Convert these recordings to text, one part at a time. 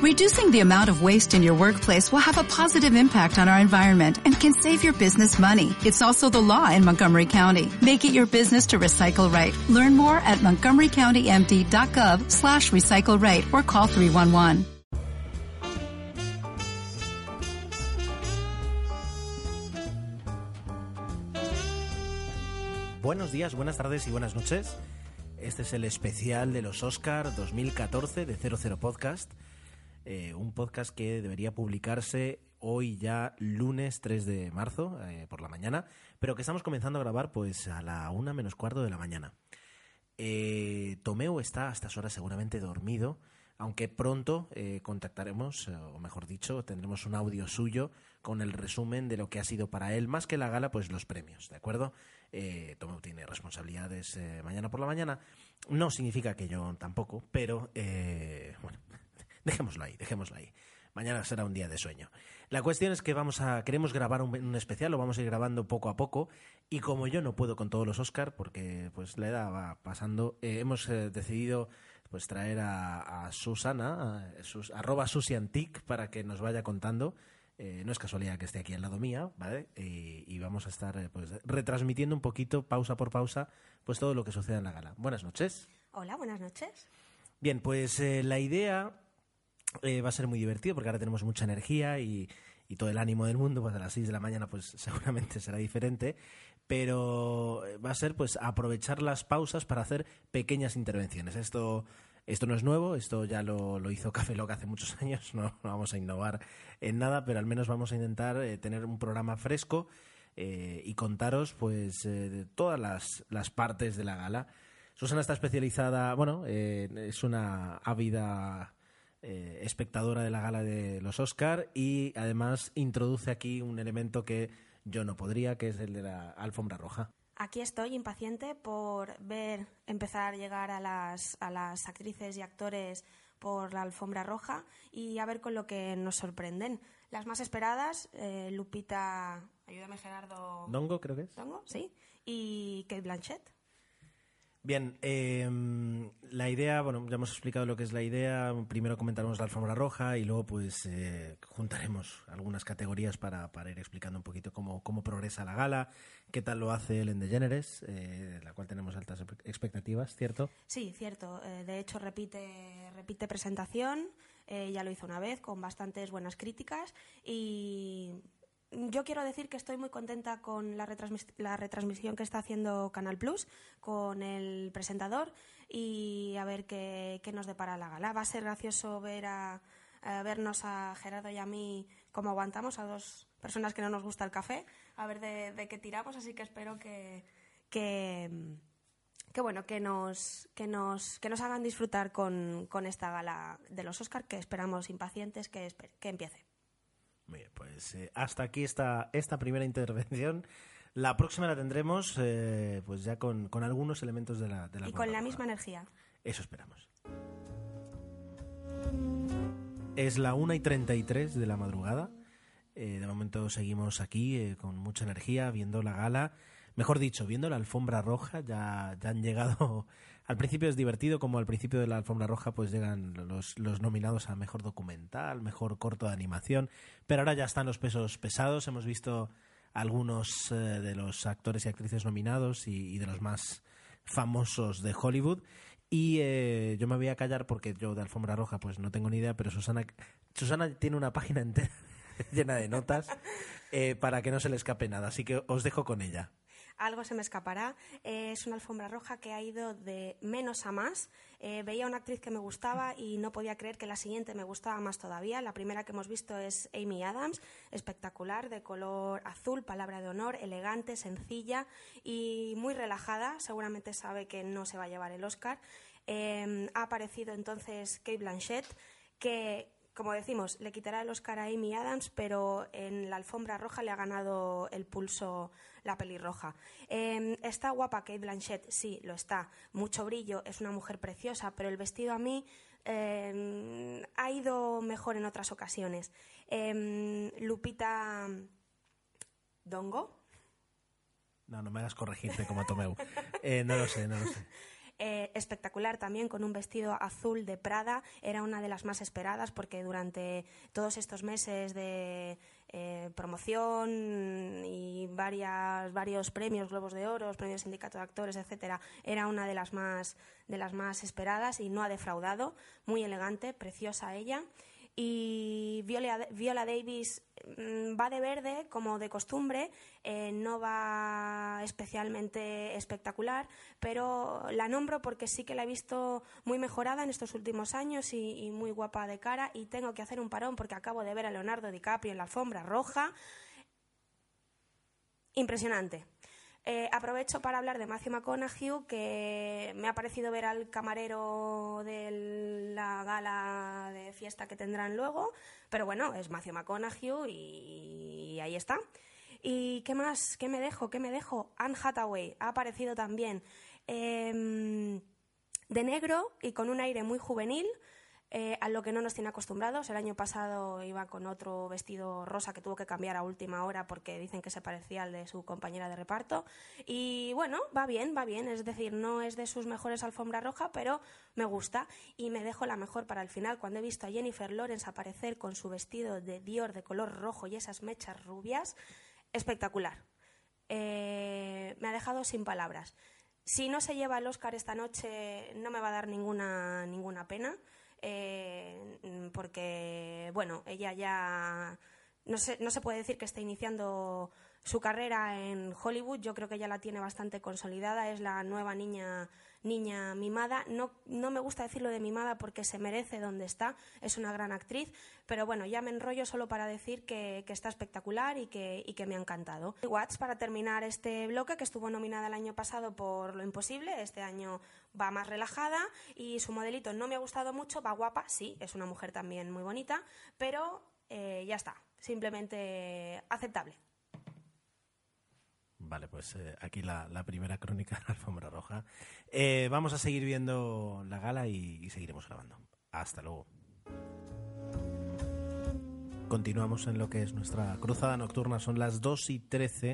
Reducing the amount of waste in your workplace will have a positive impact on our environment and can save your business money. It's also the law in Montgomery County. Make it your business to recycle right. Learn more at montgomerycountymd.gov/recycle right or call 311. Buenos días, buenas tardes y buenas noches. Este es el especial de los Oscar 2014 de 00 Podcast. Un podcast que debería publicarse hoy ya lunes 3 de marzo por la mañana, pero que estamos comenzando a grabar pues a la 1 menos cuarto de la mañana. Tomeu está a estas horas seguramente dormido, aunque pronto contactaremos, o mejor dicho, tendremos un audio suyo con el resumen de lo que ha sido para él, más que la gala, pues los premios, ¿de acuerdo? Tomeu tiene responsabilidades mañana por la mañana. No significa que yo tampoco, pero bueno, dejémoslo ahí. Mañana será un día de sueño. La cuestión es que queremos grabar un especial, lo vamos a ir grabando poco a poco, y como yo no puedo con todos los Oscar, porque pues la edad va pasando, hemos decidido pues traer a Susana, @susiantic, para que nos vaya contando. No es casualidad que esté aquí al lado mía, ¿vale? Y vamos a estar pues retransmitiendo un poquito, pausa por pausa, pues todo lo que suceda en la gala. Buenas noches. Hola, buenas noches. Bien, pues la idea va a ser muy divertido porque ahora tenemos mucha energía y todo el ánimo del mundo. Pues a las 6 de la mañana pues seguramente será diferente, pero va a ser pues aprovechar las pausas para hacer pequeñas intervenciones. Esto no es nuevo, esto ya lo hizo Café Lock hace muchos años, no vamos a innovar en nada, pero al menos vamos a intentar tener un programa fresco y contaros pues de todas las partes de la gala. Susana está especializada, es una ávida espectadora de la gala de los Oscar, y además introduce aquí un elemento que yo no podría, que es el de la alfombra roja. Aquí estoy impaciente por ver empezar a llegar a las actrices y actores por la alfombra roja y a ver con lo que nos sorprenden. Las más esperadas, Lupita, ayúdame Gerardo. Dongo, creo que es. Dongo, sí. Y Cate Blanchett. Bien, la idea, ya hemos explicado lo que es la idea. Primero comentaremos la alfombra roja y luego pues juntaremos algunas categorías para ir explicando un poquito cómo progresa la gala, qué tal lo hace Ellen DeGeneres, la cual tenemos altas expectativas, ¿cierto? Sí, cierto. De hecho, repite presentación, ya lo hizo una vez con bastantes buenas críticas, y yo quiero decir que estoy muy contenta con la retransmisión que está haciendo Canal Plus con el presentador, y a ver qué nos depara la gala. Va a ser gracioso vernos a Gerardo y a mí cómo aguantamos, a dos personas que no nos gusta el café, a ver de qué tiramos, así que espero que nos hagan disfrutar con esta gala de los Oscar, que esperamos impacientes que empiece. Bien, pues hasta aquí esta primera intervención. La próxima la tendremos pues ya con algunos elementos de la y con la misma energía. Eso esperamos. Es la 1:33 de la madrugada. De momento seguimos aquí con mucha energía viendo la gala. Mejor dicho, viendo la alfombra roja. Ya han llegado. Al principio es divertido, como al principio de la alfombra roja pues llegan los nominados a mejor documental, mejor corto de animación, pero ahora ya están los pesos pesados. Hemos visto algunos de los actores y actrices nominados y de los más famosos de Hollywood, y yo me voy a callar porque yo de alfombra roja pues no tengo ni idea, pero Susana tiene una página entera llena de notas para que no se le escape nada, así que os dejo con ella. Algo se me escapará. Es una alfombra roja que ha ido de menos a más. Veía a una actriz que me gustaba y no podía creer que la siguiente me gustaba más todavía. La primera que hemos visto es Amy Adams, espectacular, de color azul, palabra de honor, elegante, sencilla y muy relajada. Seguramente sabe que no se va a llevar el Oscar. Ha aparecido entonces Cate Blanchett, que, como decimos, le quitará el Oscar a Amy Adams, pero en la alfombra roja le ha ganado el pulso la pelirroja. ¿Está guapa Cate Blanchett? Sí, lo está. Mucho brillo, es una mujer preciosa, pero el vestido a mí ha ido mejor en otras ocasiones. Lupita Dongo. No me hagas corregirte como Tomeu. No lo sé. Espectacular también, con un vestido azul de Prada. Era una de las más esperadas porque durante todos estos meses de promoción y varios premios, Globos de Oro, premios Sindicato de Actores, etcétera, era una de las más esperadas y no ha defraudado. Muy elegante, preciosa ella. Y Viola Davis va de verde, como de costumbre, no va especialmente espectacular, pero la nombro porque sí que la he visto muy mejorada en estos últimos años y muy guapa de cara, y tengo que hacer un parón porque acabo de ver a Leonardo DiCaprio en la alfombra roja. Impresionante. Aprovecho para hablar de Matthew McConaughey, que me ha parecido ver al camarero de la gala de fiesta que tendrán luego, pero bueno, es Matthew McConaughey y ahí está. ¿Y qué más? ¿Qué me dejo? Anne Hathaway ha aparecido también de negro y con un aire muy juvenil, a lo que no nos tiene acostumbrados. El año pasado iba con otro vestido rosa que tuvo que cambiar a última hora porque dicen que se parecía al de su compañera de reparto. Y bueno, va bien, es decir, no es de sus mejores alfombra roja, pero me gusta. Y me dejo la mejor para el final, cuando he visto a Jennifer Lawrence aparecer con su vestido de Dior de color rojo y esas mechas rubias. Espectacular. Me ha dejado sin palabras. Si no se lleva el Oscar esta noche, no me va a dar ninguna pena. Porque, bueno, ella ya no se puede decir que esté iniciando su carrera en Hollywood. Yo creo que ya la tiene bastante consolidada, es la nueva niña mimada. No me gusta decirlo de mimada porque se merece donde está, es una gran actriz, pero bueno, ya me enrollo solo para decir que está espectacular y que me ha encantado. Watts, para terminar este bloque, que estuvo nominada el año pasado por Lo Imposible, este año va más relajada y su modelito no me ha gustado mucho. Va guapa, sí, es una mujer también muy bonita, pero ya está, simplemente aceptable. Vale, pues aquí la primera crónica de la alfombra roja. Vamos a seguir viendo la gala y seguiremos grabando. Hasta luego. Continuamos en lo que es nuestra cruzada nocturna. Son las 2:13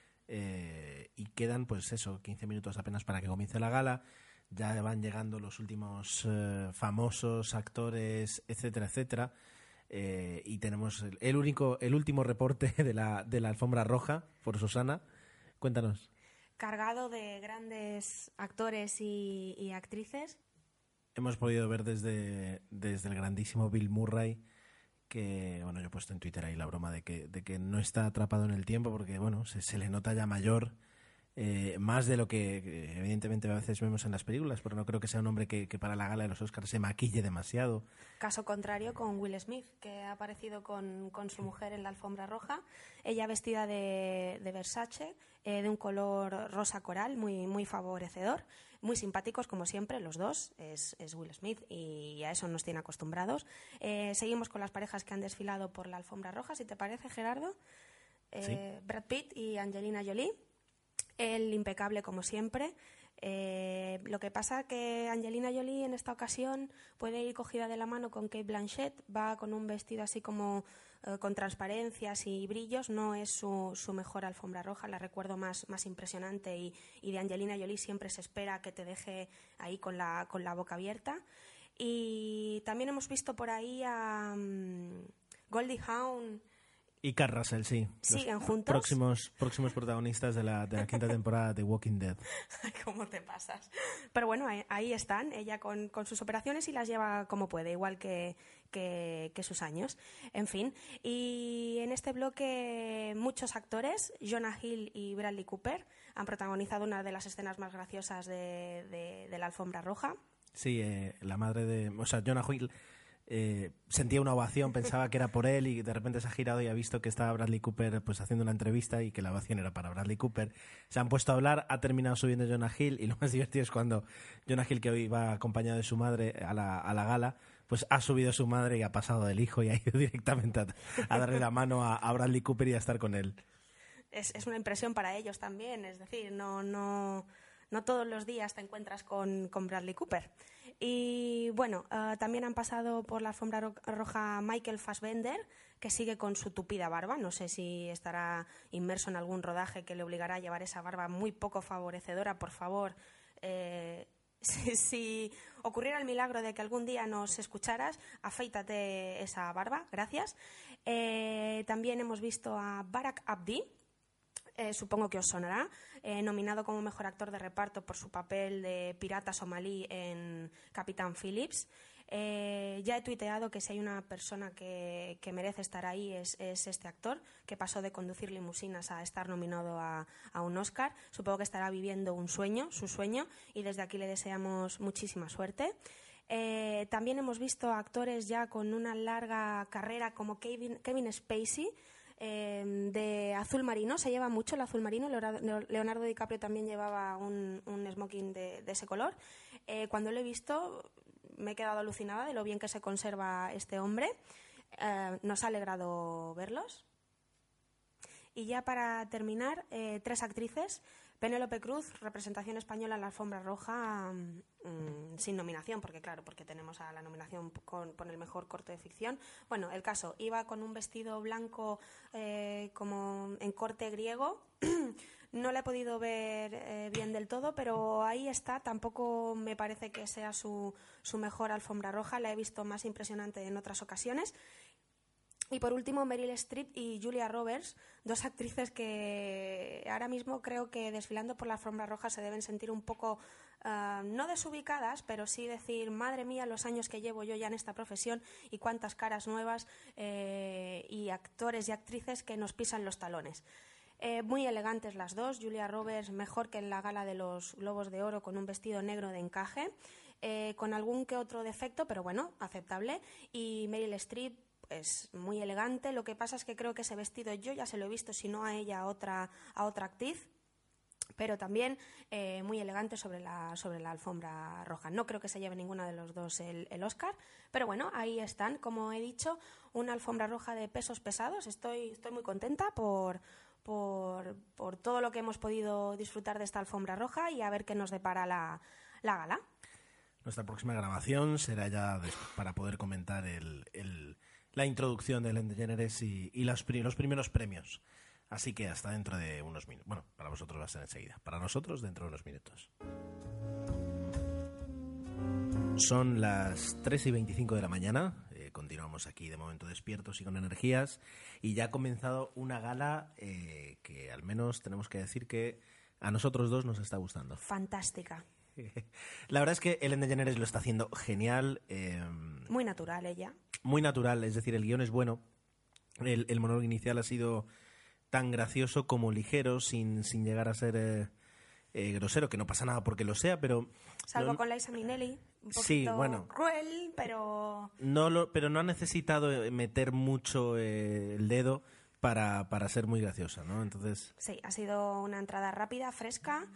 y quedan, pues eso, 15 minutos apenas para que comience la gala. Ya van llegando los últimos famosos actores, etcétera, etcétera. Y tenemos el último reporte de la alfombra roja por Susana. Cuéntanos. Cargado de grandes actores y actrices. Hemos podido ver desde el grandísimo Bill Murray, que bueno, yo he puesto en Twitter ahí la broma de que no está atrapado en el tiempo porque bueno, se le nota ya mayor, más de lo que evidentemente a veces vemos en las películas, pero no creo que sea un hombre que para la gala de los Oscars se maquille demasiado. Caso contrario con Will Smith, que ha aparecido con su mujer en la alfombra roja, ella vestida de Versace, de un color rosa coral, muy, muy favorecedor, muy simpáticos como siempre los dos, es Will Smith y a eso nos tiene acostumbrados. Seguimos con las parejas que han desfilado por la alfombra roja, si te parece, Gerardo. Sí. Brad Pitt y Angelina Jolie. Él impecable como siempre. Lo que pasa que Angelina Jolie en esta ocasión puede ir cogida de la mano con Cate Blanchett, va con un vestido así como con transparencias y brillos, no es su mejor alfombra roja, la recuerdo más impresionante y de Angelina Jolie siempre se espera que te deje ahí con la boca abierta. Y también hemos visto por ahí a Goldie Hawn y Kurt Russell, sí. ¿Siguen juntos? Próximos protagonistas de la quinta temporada de Walking Dead. ¿Cómo te pasas? Pero bueno, ahí están, ella con sus operaciones y las lleva como puede, igual que sus años. En fin, y en este bloque muchos actores, Jonah Hill y Bradley Cooper, han protagonizado una de las escenas más graciosas de la alfombra roja. Sí, la madre de... O sea, Jonah Hill... sentía una ovación, pensaba que era por él y de repente se ha girado y ha visto que estaba Bradley Cooper pues haciendo una entrevista y que la ovación era para Bradley Cooper. Se han puesto a hablar, ha terminado subiendo Jonah Hill y lo más divertido es cuando Jonah Hill, que hoy va acompañado de su madre a la gala, pues ha subido su madre y ha pasado del hijo y ha ido directamente a darle la mano a Bradley Cooper y a estar con él. Es una impresión para ellos también, es decir, no todos los días te encuentras con Bradley Cooper. Y bueno, también han pasado por la alfombra roja Michael Fassbender, que sigue con su tupida barba. No sé si estará inmerso en algún rodaje que le obligará a llevar esa barba muy poco favorecedora. Por favor, si ocurriera el milagro de que algún día nos escucharas, afeítate esa barba, gracias. También hemos visto a Barak Abdi, supongo que os sonará, nominado como mejor actor de reparto por su papel de pirata somalí en Capitán Phillips. Ya he tuiteado que si hay una persona que merece estar ahí es este actor, que pasó de conducir limusinas a estar nominado a un Oscar. Supongo que estará viviendo su sueño, y desde aquí le deseamos muchísima suerte. También hemos visto actores ya con una larga carrera como Kevin Spacey, de azul marino. Se lleva mucho el azul marino. Leonardo DiCaprio también llevaba un smoking de ese color. Cuando lo he visto me he quedado alucinada de lo bien que se conserva este hombre. Nos ha alegrado verlos. Y ya para terminar, 3 actrices. Penélope Cruz, representación española en la alfombra roja, sin nominación, porque tenemos a la nominación por el mejor corto de ficción. Bueno, el caso, iba con un vestido blanco como en corte griego. No la he podido ver bien del todo, pero ahí está. Tampoco me parece que sea su mejor alfombra roja. La he visto más impresionante en otras ocasiones. Y por último, Meryl Streep y Julia Roberts, 2 actrices que ahora mismo creo que desfilando por la alfombra roja se deben sentir un poco, no desubicadas, pero sí decir, madre mía, los años que llevo yo ya en esta profesión y cuántas caras nuevas y actores y actrices que nos pisan los talones. Muy elegantes las dos. Julia Roberts mejor que en la gala de los Globos de Oro, con un vestido negro de encaje, con algún que otro defecto, pero bueno, aceptable. Y Meryl Streep, es muy elegante. Lo que pasa es que creo que ese vestido yo ya se lo he visto, si no a ella, a otra actriz, pero también muy elegante sobre la alfombra roja. No creo que se lleve ninguna de los dos el Oscar, pero bueno, ahí están. Como he dicho, una alfombra roja de pesos pesados. Estoy muy contenta por todo lo que hemos podido disfrutar de esta alfombra roja, y a ver qué nos depara la gala. Nuestra próxima grabación será ya para poder comentar la introducción de Ellen DeGeneres y los primeros premios. Así que hasta dentro de unos minutos. Bueno, para vosotros va a ser enseguida. Para nosotros, dentro de unos minutos. Son las 3:25 de la mañana. Continuamos aquí de momento despiertos y con energías. Y ya ha comenzado una gala que al menos tenemos que decir que a nosotros dos nos está gustando. Fantástica. La verdad es que Ellen DeGeneres lo está haciendo genial. Muy natural ella. Muy natural, es decir, el guión es bueno. El monólogo inicial ha sido tan gracioso como ligero, sin llegar a ser grosero, que no pasa nada porque lo sea, pero... Salvo con Liza Minnelli, un poquito sí, bueno, cruel, pero... Pero no ha necesitado meter mucho el dedo para ser muy graciosa, ¿no? Entonces... Sí, ha sido una entrada rápida, fresca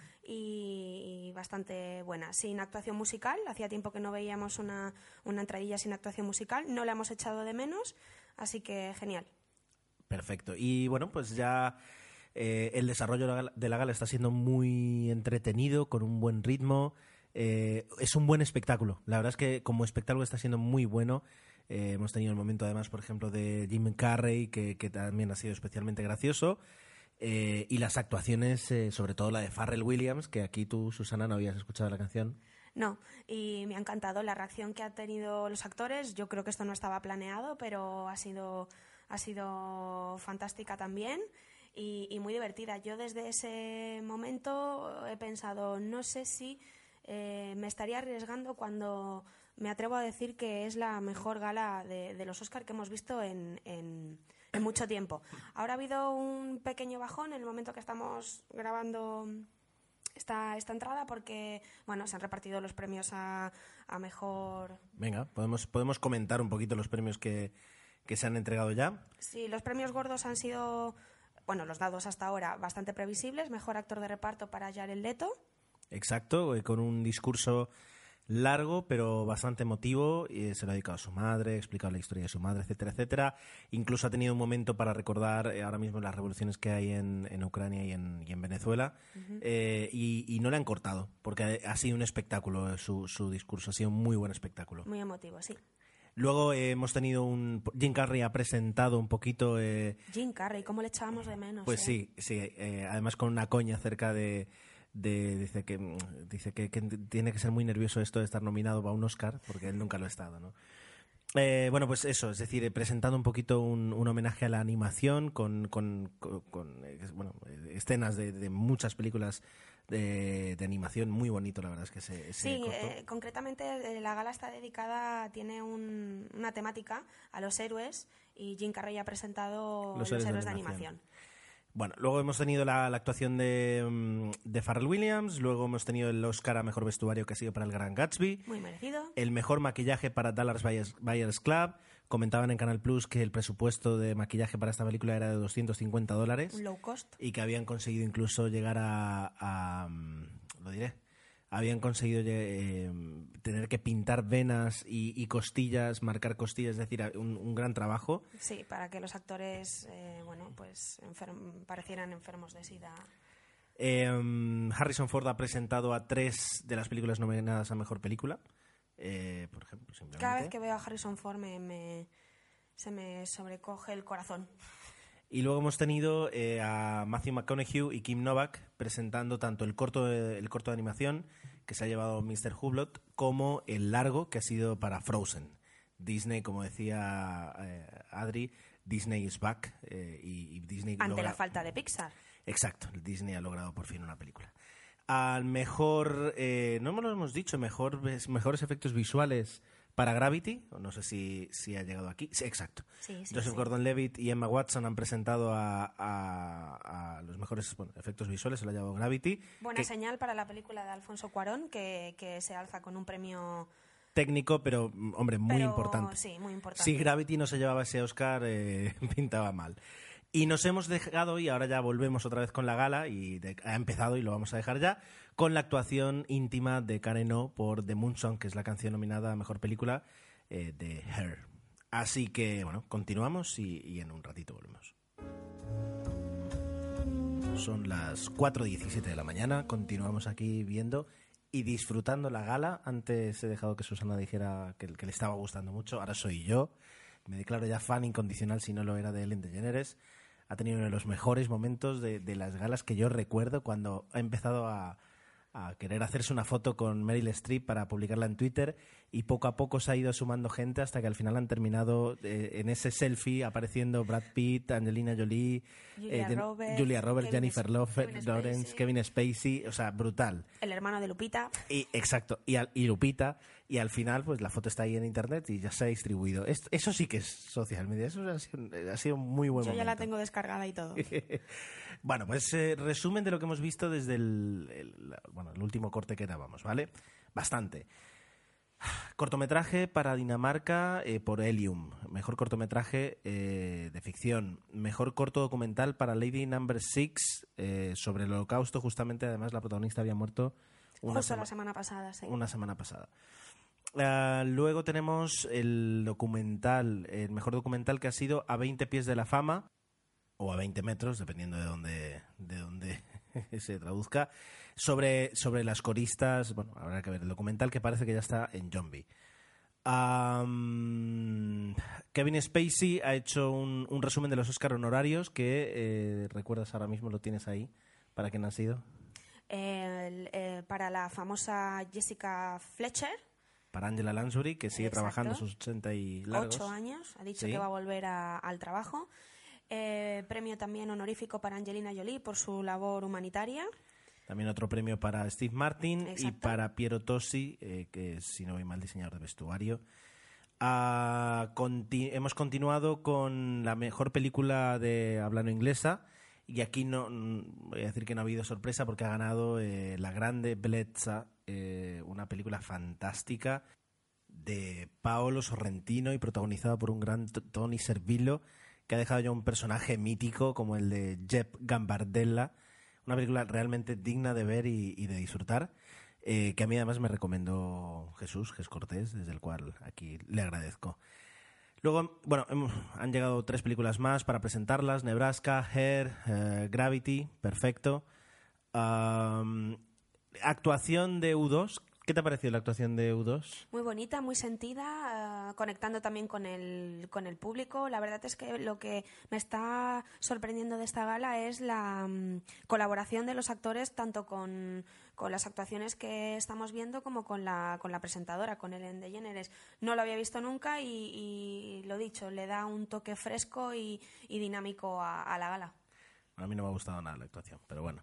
y bastante buena. Sin actuación musical, hacía tiempo que no veíamos una entradilla sin actuación musical, no la hemos echado de menos, así que genial. Perfecto. Y bueno, pues ya el desarrollo de la gala está siendo muy entretenido, con un buen ritmo. Es un buen espectáculo. La verdad es que como espectáculo está siendo muy bueno. Hemos tenido el momento, además, por ejemplo, de Jim Carrey, que también ha sido especialmente gracioso. Y las actuaciones, sobre todo la de Pharrell Williams, que aquí tú, Susana, no habías escuchado la canción. No, y me ha encantado la reacción que han tenido los actores. Yo creo que esto no estaba planeado, pero ha sido fantástica también y muy divertida. Yo desde ese momento he pensado, no sé si me estaría arriesgando cuando me atrevo a decir que es la mejor gala de los Oscar que hemos visto en mucho tiempo. Ahora ha habido un pequeño bajón en el momento que estamos grabando esta entrada, porque bueno, se han repartido los premios a mejor... Venga, podemos comentar un poquito los premios que se han entregado ya. Sí, los premios gordos han sido, bueno, los dados hasta ahora, bastante previsibles. Mejor actor de reparto para Jared Leto. Exacto, con un discurso largo pero bastante emotivo, y se lo ha dedicado a su madre, ha explicado la historia de su madre, etcétera, etcétera. Incluso ha tenido un momento para recordar ahora mismo las revoluciones que hay en Ucrania y en Venezuela. Uh-huh. Y no le han cortado, porque ha sido un espectáculo su discurso, ha sido un muy buen espectáculo. Muy emotivo, sí. Luego hemos tenido Jim Carrey ha presentado un poquito... Jim Carrey, ¿cómo le echábamos de menos? Pues sí, además con una coña acerca de dice que tiene que ser muy nervioso esto de estar nominado para un Oscar, porque él nunca lo ha estado, ¿no? Bueno, pues eso, es decir, presentando un poquito un homenaje a la animación con escenas de muchas películas de animación, muy bonito, la verdad es que ese corto. Concretamente la gala está dedicada, tiene una temática a los héroes, y Jim Carrey ha presentado los héroes de animación. Bueno, luego hemos tenido la actuación de Pharrell Williams, luego hemos tenido el Oscar a Mejor Vestuario, que ha sido para El Gran Gatsby. Muy merecido. El Mejor Maquillaje para Dallas Buyers Club. Comentaban en Canal Plus que el presupuesto de maquillaje para esta película era de $250. Un low cost. Y que habían conseguido incluso llegar lo diré, habían conseguido tener que pintar venas y costillas, marcar costillas, es decir, un gran trabajo. Sí, para que los actores parecieran enfermos de SIDA. Harrison Ford ha presentado a 3 de las películas nominadas a Mejor Película. Por ejemplo, simplemente. Cada vez que veo a Harrison Ford se me sobrecoge el corazón. Y luego hemos tenido a Matthew McConaughey y Kim Novak presentando tanto el corto de animación que se ha llevado Mr. Hublot, como el largo que ha sido para Frozen. Disney, como decía Adri, Disney is back. Y Disney ante la falta de Pixar. Exacto, Disney ha logrado por fin una película. Al mejor, no me lo hemos dicho, mejores efectos visuales para Gravity, no sé si ha llegado aquí. Sí, exacto. Sí, Joseph Gordon-Levitt y Emma Watson han presentado a los mejores efectos visuales, se lo ha llevado Gravity. Buena señal para la película de Alfonso Cuarón, que se alza con un premio técnico, pero, hombre, muy importante. Sí, muy importante. Si Gravity no se llevaba ese Oscar, pintaba mal. Y nos hemos dejado, y ahora ya volvemos otra vez con la gala, y ha empezado y lo vamos a dejar ya, con la actuación íntima de Karen O por The Moon Song, que es la canción nominada a Mejor Película de Her. Así que, bueno, continuamos y en un ratito volvemos. Son las 4:17 de la mañana, continuamos aquí viendo y disfrutando la gala. Antes he dejado que Susana dijera que le estaba gustando mucho, ahora soy yo. Me declaro ya fan incondicional, si no lo era, de Ellen DeGeneres. Ha tenido uno de los mejores momentos de las galas que yo recuerdo, cuando ha empezado a querer hacerse una foto con Meryl Streep para publicarla en Twitter, y poco a poco se ha ido sumando gente hasta que al final han terminado en ese selfie apareciendo Brad Pitt, Angelina Jolie, Julia Roberts, Jennifer Lawrence, Kevin Spacey, o sea, brutal. El hermano de Lupita. Exacto, y Lupita, y al final pues la foto está ahí en internet y ya se ha distribuido. Eso sí que es social media, eso ha sido muy buen momento. Yo ya la tengo descargada y todo. Bueno, pues resumen de lo que hemos visto desde el último corte que grabamos, ¿vale? Bastante. Cortometraje para Dinamarca por Helium. Mejor cortometraje de ficción. Mejor corto documental para Lady Number 6 sobre el Holocausto. Justamente, además, la protagonista había muerto la semana pasada. Sí. Una semana pasada. Luego tenemos el mejor documental, que ha sido A 20 pies de la fama, o a 20 metros, dependiendo de dónde se traduzca, sobre las coristas. Bueno, habrá que ver el documental, que parece que ya está en Zombie. Kevin Spacey ha hecho un resumen de los Oscar honorarios, que ¿recuerdas ahora mismo? ¿Lo tienes ahí? ¿Para quién ha sido? Para la famosa Jessica Fletcher. Para Angela Lansbury, que sigue trabajando sus 80 y largos. 8 años, ha dicho ¿Sí? que va a volver al trabajo. Premio también honorífico para Angelina Jolie por su labor humanitaria. También otro premio para Steve Martin. Exacto. Y para Piero Tossi, que es, si no voy mal, diseñador de vestuario. Hemos continuado con la mejor película de habla no inglesa, y aquí no voy a decir que no ha habido sorpresa, porque ha ganado La Grande Bellezza, una película fantástica de Paolo Sorrentino y protagonizada por un gran Tony Servillo, que ha dejado ya un personaje mítico como el de Jeb Gambardella. Una película realmente digna de ver y de disfrutar, que a mí además me recomendó Jesús Cortés, desde el cual aquí le agradezco. Luego, bueno, han llegado 3 películas más para presentarlas: Nebraska, Hair, Gravity, perfecto. Actuación de U2, ¿Qué te ha parecido la actuación de U2? Muy bonita, muy sentida, conectando también con el público. La verdad es que lo que me está sorprendiendo de esta gala es la colaboración de los actores, tanto con las actuaciones que estamos viendo como con la presentadora, con Ellen DeGeneres. No lo había visto nunca y lo dicho, le da un toque fresco y dinámico a la gala. A mí no me ha gustado nada la actuación, pero bueno.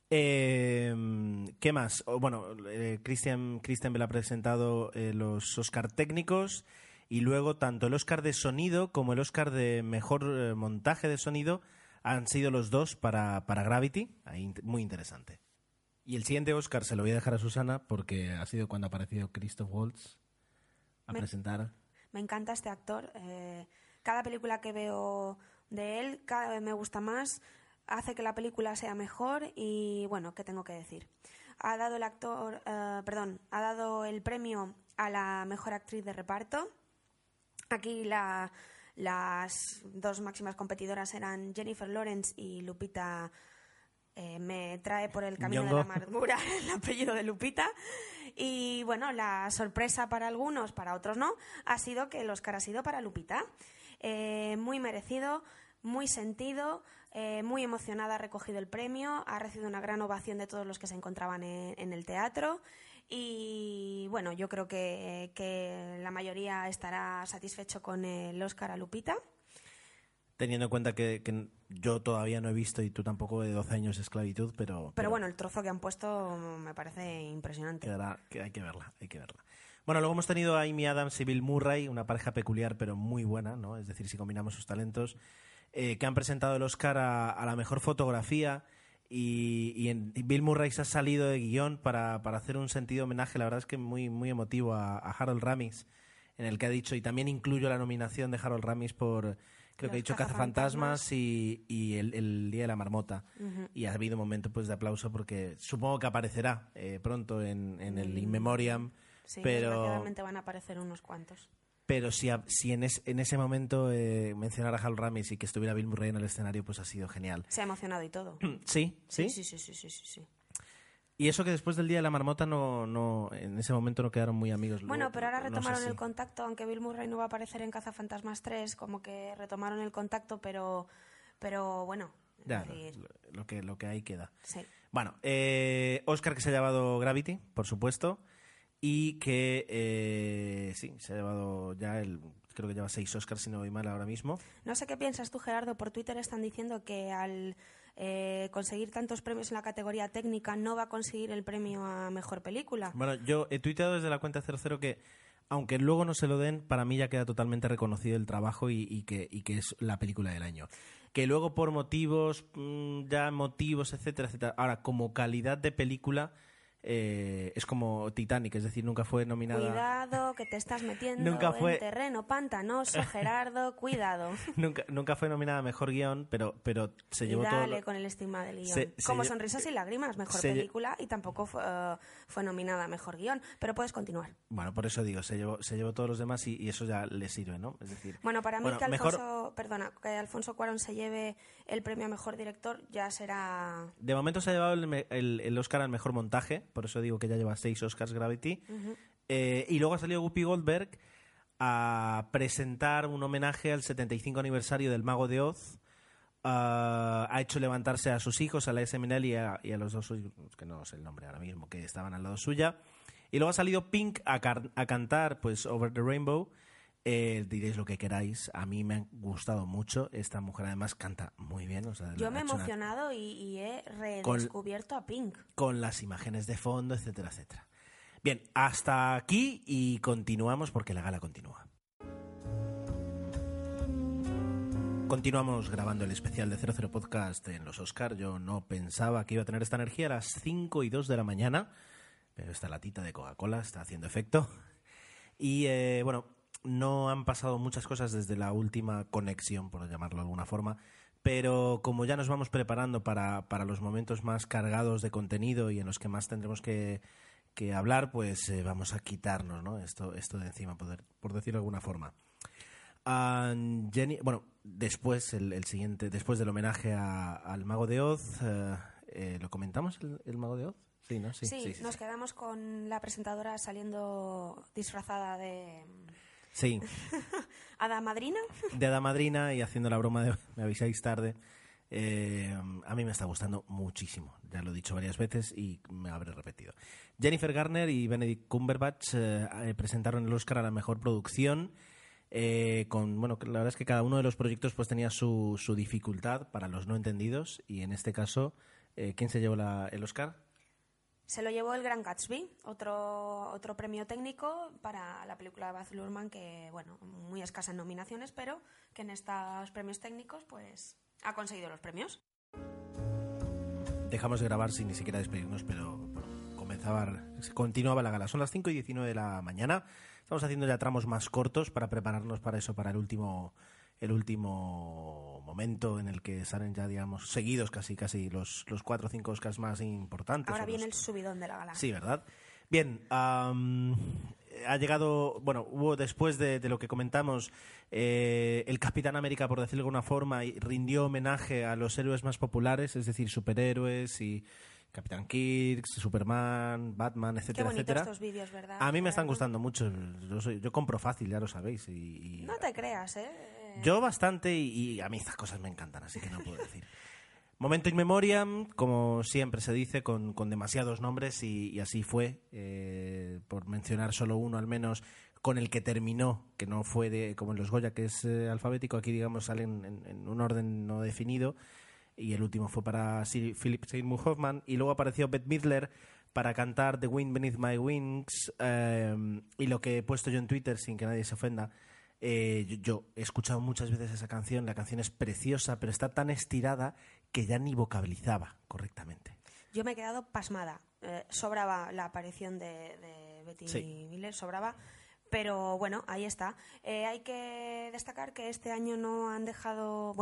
¿Qué más? Bueno, Christian Bale ha presentado los Oscar técnicos y luego tanto el Oscar de sonido como el Oscar de mejor montaje de sonido han sido los dos para Gravity. Ahí, muy interesante. Y el siguiente Oscar se lo voy a dejar a Susana porque ha sido cuando ha aparecido Christoph Waltz a presentar. Me encanta este actor. Cada película que veo de él cada vez me gusta más. Hace que la película sea mejor y, bueno, ¿qué tengo que decir? Ha dado ha dado el premio a la mejor actriz de reparto. Aquí las dos máximas competidoras eran Jennifer Lawrence y Lupita. Me trae por el camino de la amargura el apellido de Lupita. Y, bueno, la sorpresa para algunos, para otros no, ha sido que el Oscar ha sido para Lupita. Muy merecido, muy sentido. Muy emocionada ha recogido el premio, ha recibido una gran ovación de todos los que se encontraban en el teatro y bueno, yo creo que la mayoría estará satisfecho con el Oscar a Lupita. Teniendo en cuenta que yo todavía no he visto y tú tampoco de 12 años de esclavitud, pero bueno, el trozo que han puesto me parece impresionante. Hay que verla. Bueno, luego hemos tenido a Amy Adams y Bill Murray, una pareja peculiar pero muy buena, ¿no? Es decir, si combinamos sus talentos, que han presentado el Oscar a la mejor fotografía y Bill Murray se ha salido de guión para hacer un sentido homenaje, la verdad es que muy, muy emotivo a Harold Ramis, en el que ha dicho, y también incluyo la nominación de Harold Ramis por, creo que ha dicho Cazafantasmas y el Día de la Marmota. Uh-huh. Y ha habido un momento pues de aplauso porque supongo que aparecerá pronto en el In Memoriam. Sí, pero desgraciadamente van a aparecer unos cuantos. Pero si en ese momento mencionar a Harold Ramis y que estuviera Bill Murray en el escenario, pues ha sido genial. Se ha emocionado y todo. ¿Sí? Sí. Y eso que después del Día de la Marmota no en ese momento no quedaron muy amigos. Bueno, pero ahora retomaron el contacto, aunque Bill Murray no va a aparecer en Cazafantasmas 3, como que retomaron el contacto, pero bueno. Ya, lo que ahí queda. Sí. Bueno, Oscar que se ha llevado Gravity, por supuesto. Y que se ha llevado ya creo que lleva 6 Oscars si no voy mal ahora mismo. No sé qué piensas tú, Gerardo. Por Twitter están diciendo que al conseguir tantos premios en la categoría técnica no va a conseguir el premio a mejor película. Bueno, yo he tuiteado desde la cuenta 00 que aunque luego no se lo den, para mí ya queda totalmente reconocido el trabajo y que es la película del año. Que luego por motivos, etcétera, etcétera. Ahora, como calidad de película, es como Titanic, es decir, nunca fue nominada. Cuidado, que te estás metiendo en terreno pantanoso, Gerardo, cuidado. Nunca fue nominada a mejor guión, pero se llevó todo. Dale con el estigma del guión. Como Sonrisas y lágrimas, mejor película, y tampoco fue nominada a mejor guión. Pero puedes continuar. Bueno, por eso digo, se llevó todos los demás y eso ya le sirve, ¿no? Es decir, bueno, para mí que Alfonso Cuarón se lleve el premio a mejor director ya será. De momento se ha llevado el Oscar al mejor montaje. Por eso digo que ya lleva 6 Oscars Gravity. Uh-huh. Y luego ha salido Whoopi Goldberg a presentar un homenaje al 75 aniversario del Mago de Oz. Ha hecho levantarse a sus hijos, a Liza Minnelli y a los dos, que no sé el nombre ahora mismo, que estaban al lado suya. Y luego ha salido Pink a cantar pues Over the Rainbow. Diréis lo que queráis, a mí me ha gustado mucho. Esta mujer además canta muy bien, o sea, yo me he emocionado y he redescubierto a Pink con las imágenes de fondo, etcétera, etcétera. Bien, hasta aquí y continuamos porque la gala continúa. Continuamos grabando el especial de 00 Podcast en los Oscar. Yo no pensaba que iba a tener esta energía a las 5:02 de la mañana, pero esta latita de Coca-Cola está haciendo efecto. Y bueno, no han pasado muchas cosas desde la última conexión, por llamarlo de alguna forma, pero como ya nos vamos preparando para los momentos más cargados de contenido y en los que más tendremos que hablar, pues vamos a quitarnos, ¿no? esto de encima, por decirlo de alguna forma. Después el siguiente, después del homenaje al Mago de Oz, ¿lo comentamos el Mago de Oz? Sí, ¿no? Sí, nos quedamos con la presentadora saliendo disfrazada de... Sí. ¿Hada madrina? De hada madrina y haciendo la broma de me avisáis tarde. A mí me está gustando muchísimo. Ya lo he dicho varias veces y me habré repetido. Jennifer Garner y Benedict Cumberbatch presentaron el Oscar a la mejor producción. La verdad es que cada uno de los proyectos pues tenía su dificultad para los no entendidos y en este caso, ¿quién se llevó el Oscar? Se lo llevó el Gran Gatsby, otro premio técnico para la película de Baz Luhrmann que, bueno, muy escasa en nominaciones, pero que en estos premios técnicos pues ha conseguido los premios. Dejamos de grabar sin ni siquiera despedirnos, pero bueno, continuaba la gala. Son las 5:19 de la mañana. Estamos haciendo ya tramos más cortos para prepararnos para eso, para el último momento en el que salen ya, digamos, seguidos casi los 4 o 5 Oscars más importantes. Ahora viene el subidón de la gala. Sí, ¿verdad? Bien, ha llegado, bueno, hubo después de lo que comentamos, el Capitán América, por decirlo de alguna forma, y rindió homenaje a los héroes más populares, es decir, superhéroes y Capitán Kirk, Superman, Batman, etcétera, Qué bonitos etcétera. estos vídeos, ¿verdad? A mí me están gustando mucho. Yo compro fácil, ya lo sabéis. No te creas, ¿eh? Yo bastante y a mí estas cosas me encantan, así que no puedo decir. Momento in memoriam, como siempre se dice, con demasiados nombres y así fue, por mencionar solo uno al menos, con el que terminó, que no fue como en los Goya, que es alfabético, aquí digamos salen en un orden no definido, y el último fue para Philip Seymour Hoffman, y luego apareció Bette Midler para cantar The Wind Beneath My Wings, y lo que he puesto yo en Twitter, sin que nadie se ofenda, yo he escuchado muchas veces esa canción, la canción es preciosa, pero está tan estirada que ya ni vocabilizaba correctamente. Yo me he quedado pasmada. Sobraba la aparición de Betty Miller, sobraba. Pero bueno, ahí está. Hay que destacar que este año no han dejado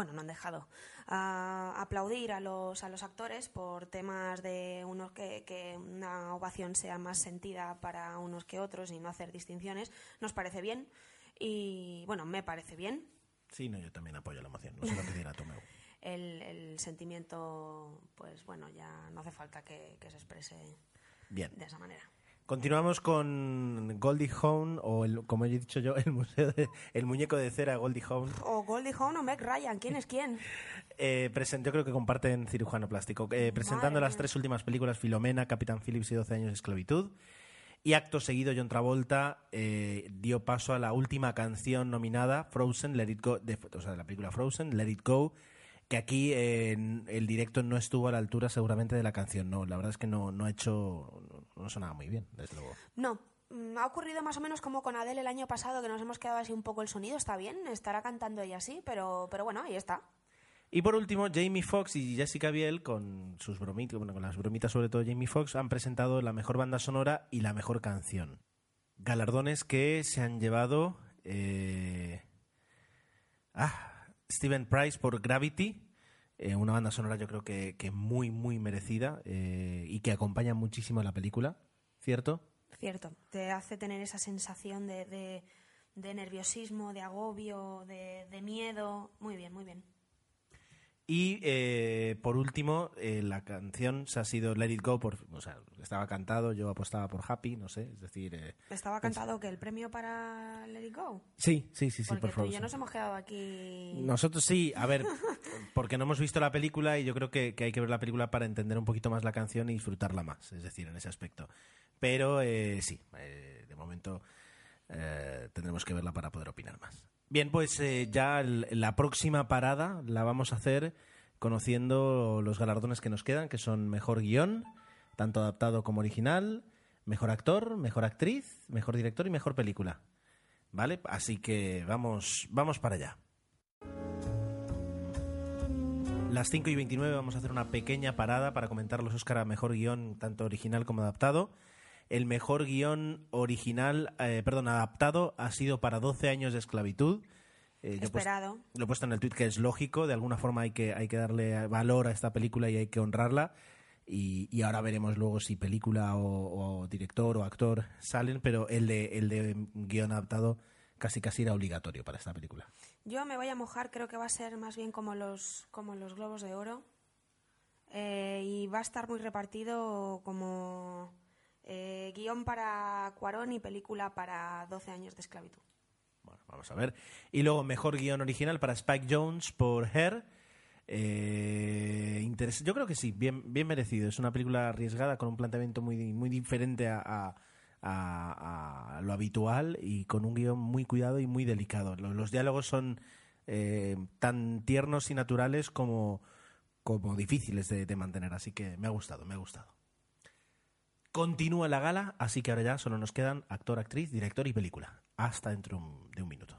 aplaudir a los actores por temas de unos que una ovación sea más sentida para unos que otros y no hacer distinciones. Nos parece bien y bueno, me parece bien. Sí, no, yo también apoyo la moción. No sé lo que dirá Tomeu. El sentimiento, pues bueno, ya no hace falta que se exprese bien de esa manera. Continuamos con Goldie Hawn, o como he dicho yo, el muñeco de cera Goldie Hawn. O Goldie Hawn o Meg Ryan, ¿quién es quién? Yo creo que comparten cirujano plástico. Presentando las 3 últimas películas, Filomena, Capitán Phillips y 12 años de esclavitud. Y acto seguido, John Travolta dio paso a la última canción nominada, Frozen, Let It Go, de la película Frozen, Let It Go, que aquí el directo no estuvo a la altura seguramente de la canción. No, la verdad es que no sonaba muy bien, desde luego. No, ha ocurrido más o menos como con Adele el año pasado, que nos hemos quedado así un poco el sonido, está bien, estará cantando ella así, pero bueno, ahí está. Y por último, Jamie Foxx y Jessica Biel, con sus bromitas, con las bromitas sobre todo Jamie Foxx, han presentado la mejor banda sonora y la mejor canción. Galardones que se han llevado Steven Price por Gravity, una banda sonora yo creo que muy, muy merecida y que acompaña muchísimo a la película, ¿cierto? Cierto, te hace tener esa sensación de nerviosismo, de agobio, de miedo. Muy bien, muy bien. Y por último, la canción se ha sido Let It Go, estaba cantado, yo apostaba por Happy, no sé, es decir... ¿Estaba cantado que el premio para Let It Go? Sí, porque por favor. tú y yo nos hemos quedado aquí... Nosotros sí, a ver, porque no hemos visto la película y yo creo que hay que ver la película para entender un poquito más la canción y disfrutarla más, es decir, en ese aspecto. Pero sí, de momento tendremos que verla para poder opinar más. Bien, pues ya la próxima parada la vamos a hacer conociendo los galardones que nos quedan, que son mejor guión, tanto adaptado como original, mejor actor, mejor actriz, mejor director y mejor película. ¿Vale? Así que vamos para allá. Las 5:29 vamos a hacer una pequeña parada para comentar los Óscar a mejor guión, tanto original como adaptado. El mejor guión adaptado ha sido para 12 años de esclavitud. Esperado. Lo he puesto en el tuit, que es lógico, de alguna forma hay que darle valor a esta película y hay que honrarla. Y ahora veremos luego si película o director o actor salen, pero el de guión adaptado casi era obligatorio para esta película. Yo me voy a mojar, creo que va a ser más bien como los Globos de Oro. y va a estar muy repartido como guión para Cuarón y película para 12 años de esclavitud. Bueno, vamos a ver. Y luego, mejor guión original para Spike Jonze por Her. Yo creo que sí, bien merecido. Es una película arriesgada con un planteamiento muy diferente a lo habitual y con un guión muy cuidado y muy delicado. Los diálogos son tan tiernos y naturales como difíciles de mantener, así que me ha gustado. Continúa la gala, así que ahora ya solo nos quedan actor, actriz, director y película. Hasta dentro de un minuto.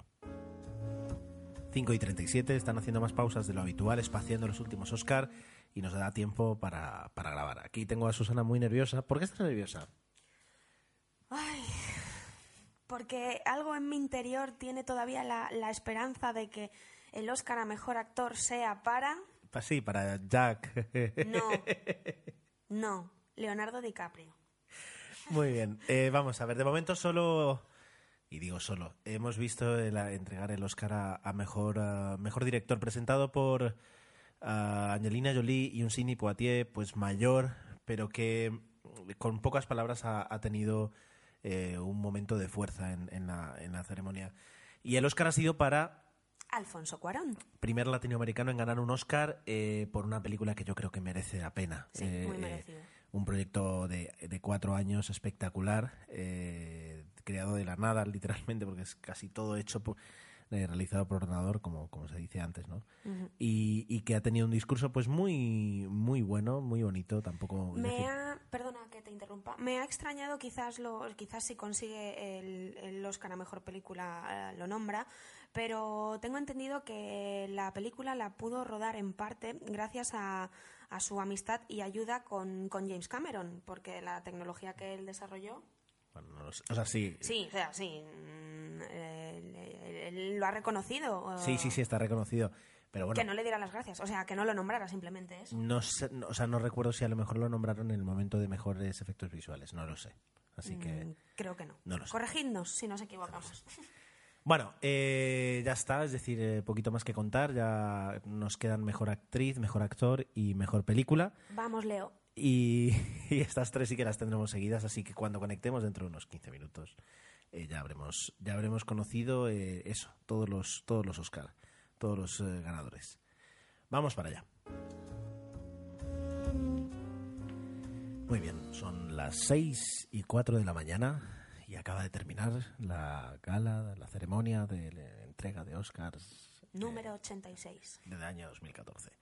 5:37, están haciendo más pausas de lo habitual, espaciando los últimos Oscar y nos da tiempo para grabar. Aquí tengo a Susana muy nerviosa. ¿Por qué estás nerviosa? Ay, porque algo en mi interior tiene todavía la esperanza de que el Oscar a Mejor Actor sea para... Sí, para Jack. No, Leonardo DiCaprio. Muy bien, vamos a ver, de momento solo... Y digo solo, hemos visto entregar el Oscar a mejor director, presentado por Angelina Jolie y un Sidney Poitier, pues mayor, pero que con pocas palabras ha tenido un momento de fuerza en la ceremonia. Y el Oscar ha sido para... Alfonso Cuarón. Primer latinoamericano en ganar un Oscar por una película que yo creo que merece la pena. Sí, muy merecido. Un proyecto de 4 años espectacular, creado de la nada, literalmente, porque es casi todo hecho realizado por ordenador, como se dice antes, ¿no? Uh-huh. Y que ha tenido un discurso pues muy bueno, muy bonito, tampoco... Perdona que te interrumpa, me ha extrañado, quizás si consigue el Oscar a Mejor Película lo nombra, pero tengo entendido que la película la pudo rodar en parte gracias a su amistad y ayuda con James Cameron, porque la tecnología que él desarrolló... Bueno, no lo sé. O sea, sí. Sí, o sea, sí. Él lo ha reconocido. Sí, está reconocido. Pero bueno, que no le diera las gracias, o sea, que no lo nombrara, simplemente eso. No sé, no recuerdo si a lo mejor lo nombraron en el momento de mejores efectos visuales, no lo sé. Así que... creo que no. No lo sé. Corregidnos si nos equivocamos. Bueno, ya está, es decir, poquito más que contar. Ya nos quedan mejor actriz, mejor actor y mejor película. Vamos, Leo. Y estas 3 sí que las tendremos seguidas, así que cuando conectemos dentro de unos 15 minutos ya habremos conocido todos los Oscar, todos los ganadores. Vamos para allá. Muy bien, son las 6:04 de la mañana y acaba de terminar la gala, la ceremonia de la entrega de Oscars número 86 del año 2014.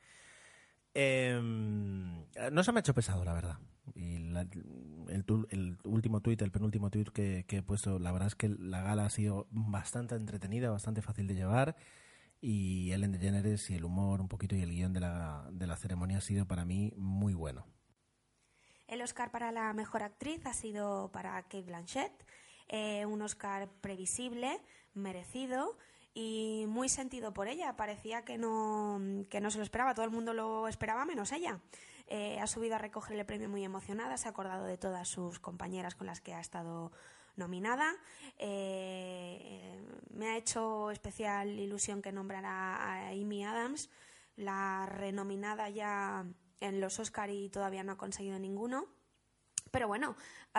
No se me ha hecho pesado, la verdad. Y el último tuit, el penúltimo tuit que he puesto, la verdad es que la gala ha sido bastante entretenida, bastante fácil de llevar, y Ellen DeGeneres y el humor un poquito y el guión de la ceremonia ha sido para mí muy bueno. El Oscar para la mejor actriz ha sido para Cate Blanchett, un Oscar previsible, merecido y muy sentido por ella. Parecía que no se lo esperaba, todo el mundo lo esperaba menos ella. Ha subido a recoger el premio muy emocionada, se ha acordado de todas sus compañeras con las que ha estado nominada. Me ha hecho especial ilusión que nombrara a Amy Adams, la renominada ya en los Oscar y todavía no ha conseguido ninguno. Pero bueno,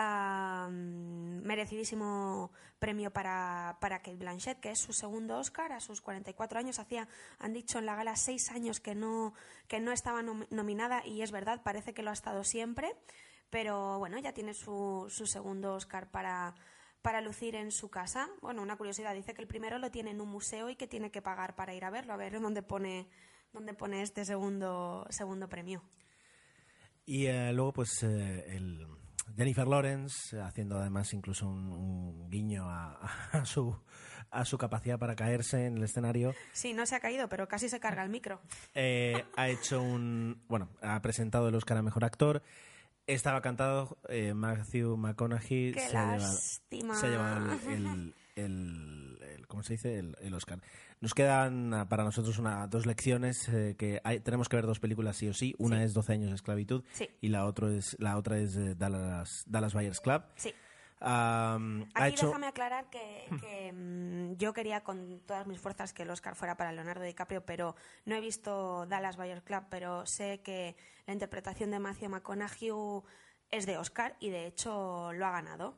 merecidísimo premio para Cate Blanchett, que es su segundo Oscar a sus 44 años. Han dicho en la gala 6 años que no estaba nominada, y es verdad, parece que lo ha estado siempre. Pero bueno, ya tiene su segundo Oscar para lucir en su casa. Bueno, una curiosidad, dice que el primero lo tiene en un museo y que tiene que pagar para ir a verlo, a ver dónde pone este segundo premio. Y luego pues Jennifer Lawrence haciendo además incluso un guiño a su capacidad para caerse en el escenario. Sí, no se ha caído, pero casi se carga el micro. Ha hecho ha presentado el Oscar a Mejor Actor. Estaba cantado Matthew McConaughey. ¡Qué lástima! Se ha llevado el ¿cómo se dice? El Oscar. Nos quedan para nosotros 2 lecciones que tenemos que ver 2 películas sí o sí. Una es 12 años de esclavitud, sí, y la otra es Dallas Buyers Club. Sí. Aquí déjame aclarar que yo quería con todas mis fuerzas que el Oscar fuera para Leonardo DiCaprio, pero no he visto Dallas Buyers Club, pero sé que la interpretación de Matthew McConaughey es de Oscar y de hecho lo ha ganado.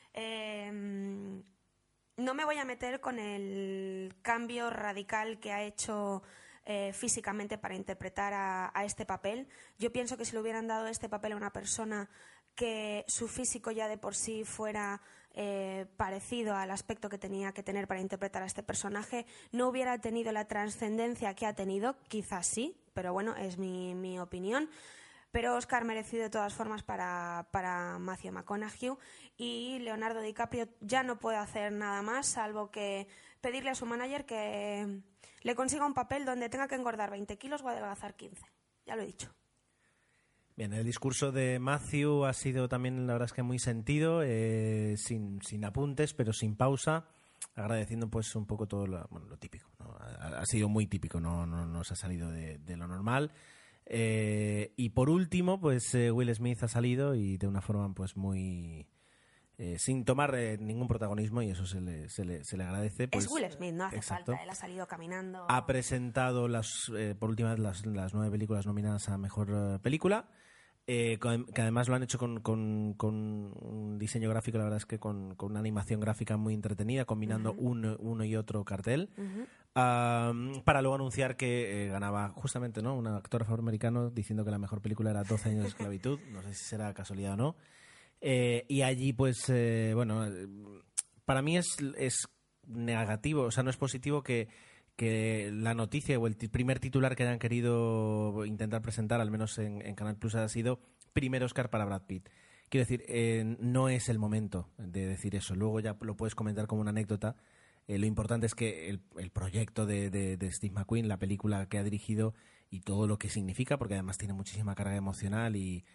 No me voy a meter con el cambio radical que ha hecho físicamente para interpretar a este papel. Yo pienso que si le hubieran dado este papel a una persona que su físico ya de por sí fuera parecido al aspecto que tenía que tener para interpretar a este personaje, no hubiera tenido la trascendencia que ha tenido. Quizás sí, pero bueno, es mi opinión. Pero Oscar merecido de todas formas para Matthew McConaughey, y Leonardo DiCaprio ya no puede hacer nada más salvo que pedirle a su manager que le consiga un papel donde tenga que engordar 20 kilos o adelgazar 15. Ya lo he dicho. Bien, el discurso de Matthew ha sido también, la verdad es que muy sentido, sin apuntes, pero sin pausa, agradeciendo pues un poco todo lo típico, ¿no? Ha sido muy típico, no se ha salido de lo normal. Y por último, pues Will Smith ha salido y de una forma pues muy sin tomar ningún protagonismo, y eso se le agradece. Pues, es Will Smith, no hace exacto. falta, él ha salido caminando. Ha presentado por última vez las 9 películas nominadas a Mejor Película, que además lo han hecho con un diseño gráfico, la verdad es que con una animación gráfica muy entretenida, combinando uno y otro cartel. Para luego anunciar que ganaba justamente, ¿no?, un actor afroamericano diciendo que la mejor película era 12 años de esclavitud. No sé si será casualidad o no. Y allí, pues, para mí es negativo, o sea, no es positivo que la noticia o el primer titular que hayan querido intentar presentar, al menos en Canal Plus, ha sido primer Oscar para Brad Pitt. Quiero decir, no es el momento de decir eso. Luego ya lo puedes comentar como una anécdota. Lo importante es que el proyecto de Steve McQueen, la película que ha dirigido y todo lo que significa, porque además tiene muchísima carga emocional y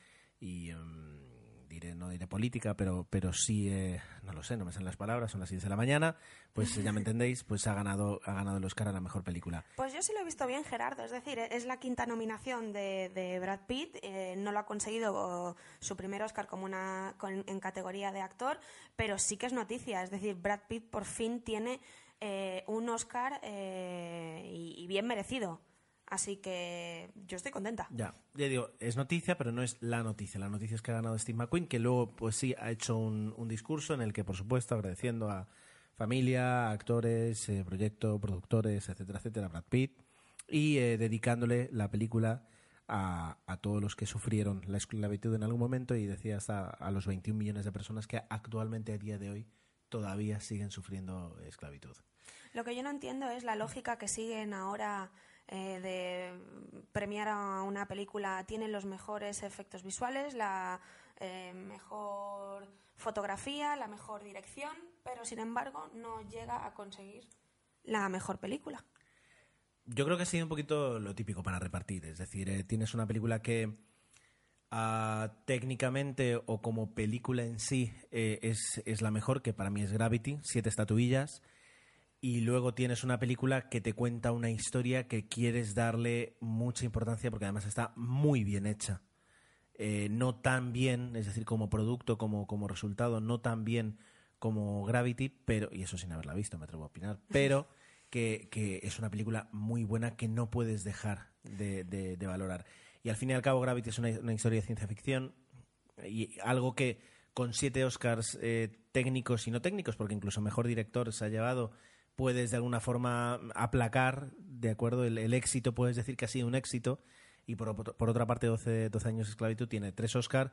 no diré política, pero sí, no lo sé, no me salen las palabras, son las 6 de la mañana, pues ya me entendéis, pues ha ganado el Oscar a la mejor película. Pues yo sí lo he visto bien, Gerardo, es decir, es la quinta nominación de Brad Pitt, no lo ha conseguido su primer Oscar en categoría de actor, pero sí que es noticia, es decir, Brad Pitt por fin tiene un Oscar y bien merecido. Así que yo estoy contenta. Ya digo, es noticia, pero no es la noticia. La noticia es que ha ganado Steve McQueen, que luego, pues sí, ha hecho un discurso en el que, por supuesto, agradeciendo a familia, actores, proyecto, productores, etcétera, etcétera, Brad Pitt, y dedicándole la película a todos los que sufrieron la esclavitud en algún momento, y decía hasta a los 21 millones de personas que actualmente, a día de hoy, todavía siguen sufriendo esclavitud. Lo que yo no entiendo es la lógica que siguen ahora de premiar a una película. Tienen los mejores efectos visuales, la mejor fotografía, la mejor dirección, pero sin embargo no llega a conseguir la mejor película. Yo creo que ha sido un poquito lo típico para repartir, es decir, tienes una película que técnicamente o como película en sí es la mejor, que para mí es Gravity, 7 estatuillas. Y luego tienes una película que te cuenta una historia que quieres darle mucha importancia porque además está muy bien hecha. No tan bien, es decir, como producto, como resultado, no tan bien como Gravity, pero, y eso sin haberla visto, me atrevo a opinar, pero que es una película muy buena que no puedes dejar de valorar. Y al fin y al cabo Gravity es una historia de ciencia ficción, y algo que con 7 Oscars técnicos y no técnicos, porque incluso mejor director se ha llevado, puedes de alguna forma aplacar, ¿de acuerdo? El éxito, puedes decir que ha sido un éxito. Y por otra parte, 12 años de esclavitud tiene 3 Oscar,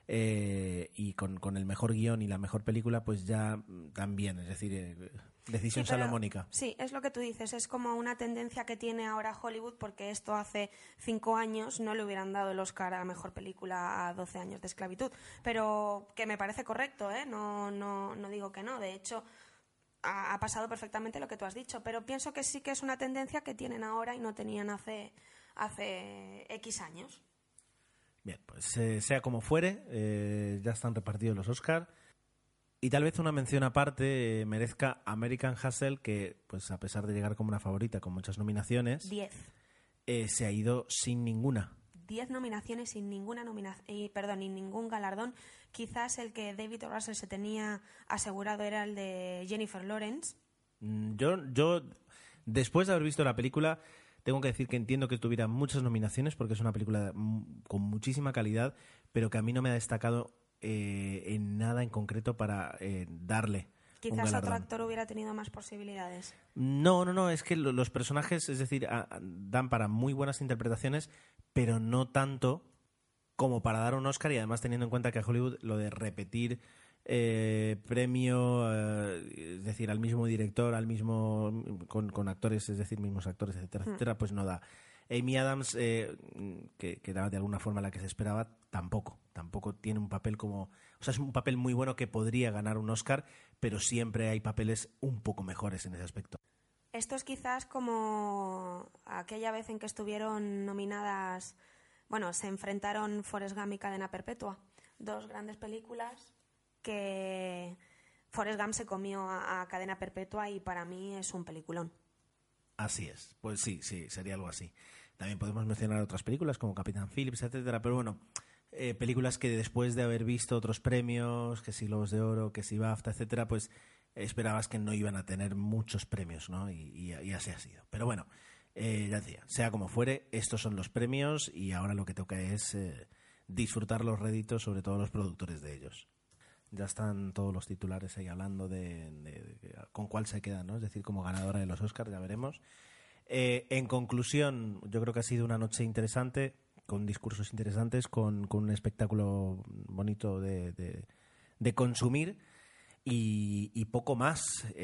y con el mejor guión y la mejor película, pues ya también, es decir, decisión salomónica. Sí, es lo que tú dices, es como una tendencia que tiene ahora Hollywood, porque esto hace 5 años no le hubieran dado el Oscar a la mejor película a 12 años de esclavitud, pero que me parece correcto, no digo que no, de hecho ha pasado perfectamente lo que tú has dicho, pero pienso que sí que es una tendencia que tienen ahora y no tenían hace X años. Bien, pues sea como fuere, ya están repartidos los Oscar. Y tal vez una mención aparte merezca American Hustle, que pues a pesar de llegar como una favorita con muchas nominaciones, 10. Se ha ido sin ninguna. 10 nominaciones sin ninguna y ningún galardón. Quizás el que David O. Russell se tenía asegurado era el de Jennifer Lawrence. Yo, después de haber visto la película, tengo que decir que entiendo que tuviera muchas nominaciones porque es una película con muchísima calidad, pero que a mí no me ha destacado en nada en concreto para darle un Quizás galardón. otro actor hubiera tenido más posibilidades. No, es que los personajes, es decir, dan para muy buenas interpretaciones, pero no tanto como para dar un Oscar, y además teniendo en cuenta que a Hollywood lo de repetir premio, es decir, al mismo director, con actores, es decir, mismos actores, etcétera, pues no da. Amy Adams, que era de alguna forma la que se esperaba, tampoco tiene un papel es un papel muy bueno que podría ganar un Oscar, pero siempre hay papeles un poco mejores en ese aspecto. Esto es quizás como aquella vez en que estuvieron nominadas, se enfrentaron Forrest Gump y Cadena Perpetua, dos grandes películas que Forrest Gump se comió a Cadena Perpetua y para mí es un peliculón. Así es, pues sí, sería algo así. También podemos mencionar otras películas como Capitán Phillips, etcétera, pero bueno, películas que después de haber visto otros premios, que si Globos de Oro, que si BAFTA, etcétera, pues esperabas que no iban a tener muchos premios, ¿no? Y así ha sido. Pero bueno, ya decía, sea como fuere, estos son los premios y ahora lo que toca es disfrutar los réditos, sobre todo los productores de ellos. Ya están todos los titulares ahí hablando de con cuál se queda, ¿no? Es decir, como ganadora de los Oscars, ya veremos. En conclusión, yo creo que ha sido una noche interesante, con discursos interesantes, con un espectáculo bonito de consumir y poco más.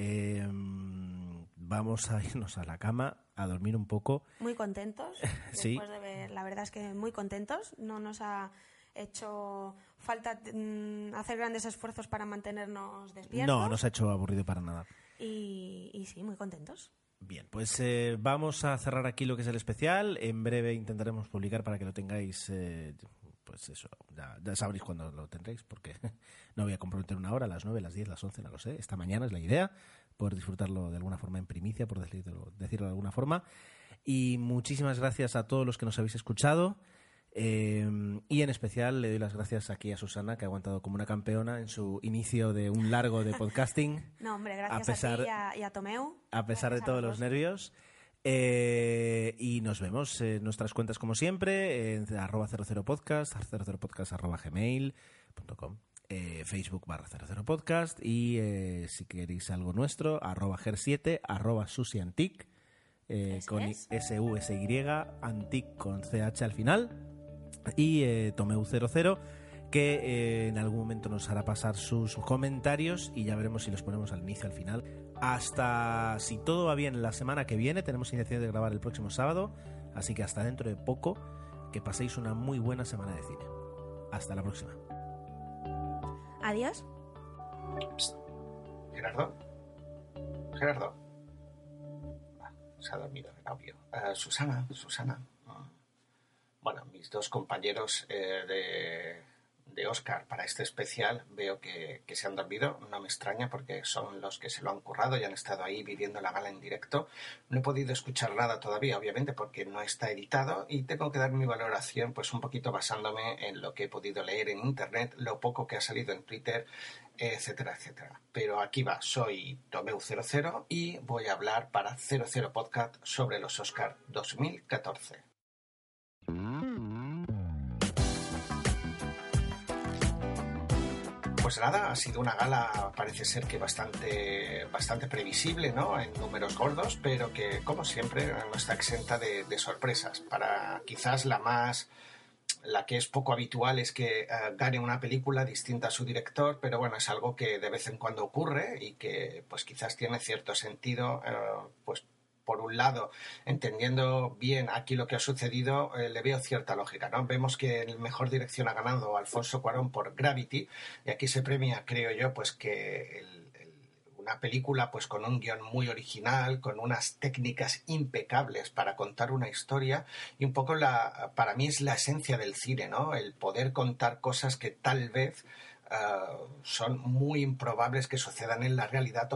Vamos a irnos a la cama, a dormir un poco. Muy contentos, Sí. Después de ver, la verdad es que muy contentos. No nos ha hecho falta hacer grandes esfuerzos para mantenernos despiertos. No, no se ha hecho aburrido para nada. Y sí, muy contentos. Bien, pues vamos a cerrar aquí lo que es el especial. En breve intentaremos publicar para que lo tengáis, pues eso, ya sabréis cuándo lo tendréis, porque no voy a comprometer una hora, a las 9, las 10, las 11, no lo sé. Esta mañana es la idea, poder disfrutarlo de alguna forma en primicia, por decirlo de alguna forma. Y muchísimas gracias a todos los que nos habéis escuchado. Y en especial le doy las gracias aquí a Susana, que ha aguantado como una campeona en su inicio de un largo de podcasting. No, hombre, gracias a ti y a Tomeu. A pesar de todos los nervios. Y nos vemos en nuestras cuentas como siempre, en @00podcast, 00podcast@gmail.com, Facebook /00podcast y si queréis algo nuestro, @ger7, @susiantic, con SUSY, antic con CH al final. Y Tomeu00, que en algún momento nos hará pasar sus comentarios y ya veremos si los ponemos al inicio o al final. Hasta, si todo va bien, la semana que viene. Tenemos intención de grabar el próximo sábado, así que hasta dentro de poco. Que paséis una muy buena semana de cine. Hasta la próxima. Adiós. Gerardo. Se ha dormido el audio. Susana. Bueno, mis dos compañeros de Oscar para este especial veo que se han dormido. No me extraña porque son los que se lo han currado y han estado ahí viviendo la gala en directo. No he podido escuchar nada todavía, obviamente, porque no está editado y tengo que dar mi valoración pues un poquito basándome en lo que he podido leer en internet, lo poco que ha salido en Twitter, etcétera, etcétera. Pero aquí va, soy Tomeu00 y voy a hablar para 00 Podcast sobre los Oscar 2014. Pues nada, ha sido una gala, parece ser que bastante previsible, ¿no? En números gordos, pero que, como siempre, no está exenta de sorpresas. Para quizás la que es poco habitual es que gane una película distinta a su director, pero bueno, es algo que de vez en cuando ocurre y que pues quizás tiene cierto sentido, pues por un lado, entendiendo bien aquí lo que ha sucedido, le veo cierta lógica, ¿no? Vemos que el mejor dirección ha ganado Alfonso Cuarón por Gravity, y aquí se premia, creo yo, pues que una película pues con un guión muy original, con unas técnicas impecables para contar una historia, y un poco para mí es la esencia del cine, ¿no? El poder contar cosas que tal vez son muy improbables que sucedan en la realidad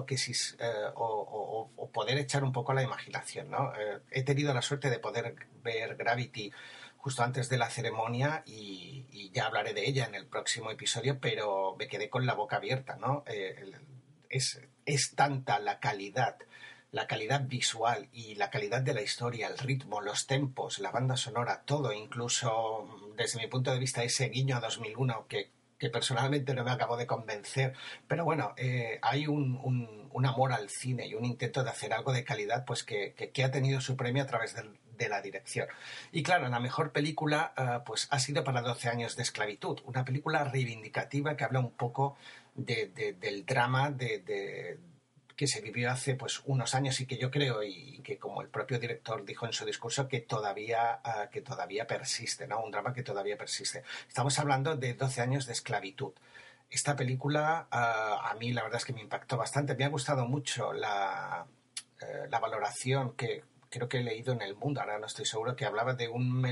o poder echar un poco a la imaginación, ¿no? He tenido la suerte de poder ver Gravity justo antes de la ceremonia y ya hablaré de ella en el próximo episodio, pero me quedé con la boca abierta, ¿no? Es tanta la calidad visual y la calidad de la historia, el ritmo, los tempos, la banda sonora, todo, incluso desde mi punto de vista ese guiño a 2001 que personalmente no me acabó de convencer, pero bueno, hay un amor al cine y un intento de hacer algo de calidad pues que ha tenido su premio a través de la dirección. Y claro, la mejor película pues ha sido para 12 años de esclavitud, una película reivindicativa que habla un poco del drama que se vivió hace pues unos años y que yo creo, y que como el propio director dijo en su discurso, que todavía persiste, ¿no? Un drama que todavía persiste. Estamos hablando de 12 años de esclavitud. Esta película a mí la verdad es que me impactó bastante. Me ha gustado mucho la valoración que creo que he leído en El Mundo, ahora no estoy seguro, que hablaba de un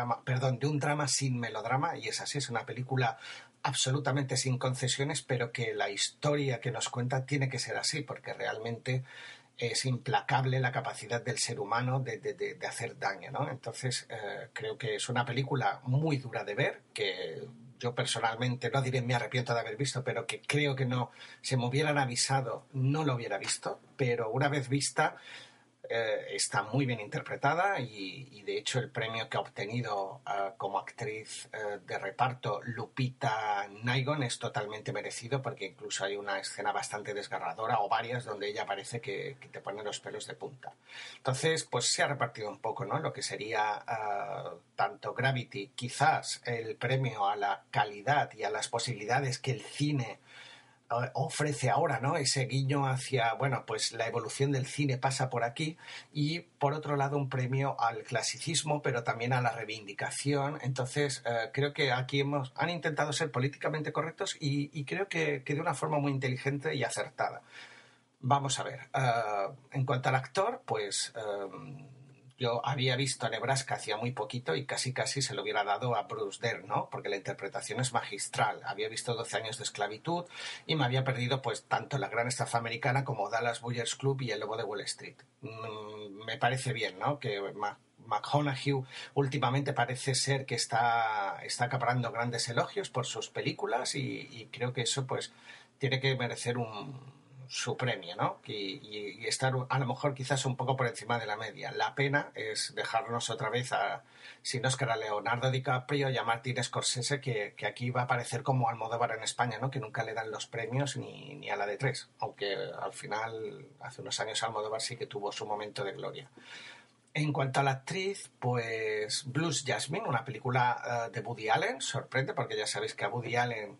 drama sin melodrama, y es así, es una película absolutamente sin concesiones, pero que la historia que nos cuenta tiene que ser así, porque realmente es implacable la capacidad del ser humano de hacer daño, ¿no? Entonces creo que es una película muy dura de ver, que yo personalmente, no diré me arrepiento de haber visto, pero que creo que no, si me hubieran avisado no lo hubiera visto, pero una vez vista está muy bien interpretada y de hecho el premio que ha obtenido como actriz de reparto Lupita Nyong'o es totalmente merecido, porque incluso hay una escena bastante desgarradora o varias donde ella parece que te pone los pelos de punta. Entonces pues se ha repartido un poco, ¿no? Lo que sería tanto Gravity, quizás el premio a la calidad y a las posibilidades que el cine ofrece ahora, ¿no? Ese guiño hacia, bueno, pues la evolución del cine pasa por aquí, y por otro lado un premio al clasicismo, pero también a la reivindicación. Entonces creo que aquí han intentado ser políticamente correctos y creo que de una forma muy inteligente y acertada. Vamos a ver, en cuanto al actor, pues yo había visto Nebraska hacía muy poquito y casi se lo hubiera dado a Bruce Dern, ¿no? Porque la interpretación es magistral. Había visto 12 años de esclavitud y me había perdido pues tanto La Gran Estafa Americana como Dallas Buyers Club y El Lobo de Wall Street. Me parece bien, ¿no? Que McConaughey últimamente parece ser que está acaparando grandes elogios por sus películas y creo que eso pues tiene que merecer su premio, ¿no? Y estar a lo mejor quizás un poco por encima de la media. La pena es dejarnos otra vez sin Oscar a Leonardo DiCaprio y a Martin Scorsese, que aquí va a aparecer como Almodóvar en España, ¿no? Que nunca le dan los premios ni a la de tres, aunque al final hace unos años Almodóvar sí que tuvo su momento de gloria. En cuanto a la actriz, pues Blues Jasmine, una película de Woody Allen, sorprende porque ya sabéis que a Woody Allen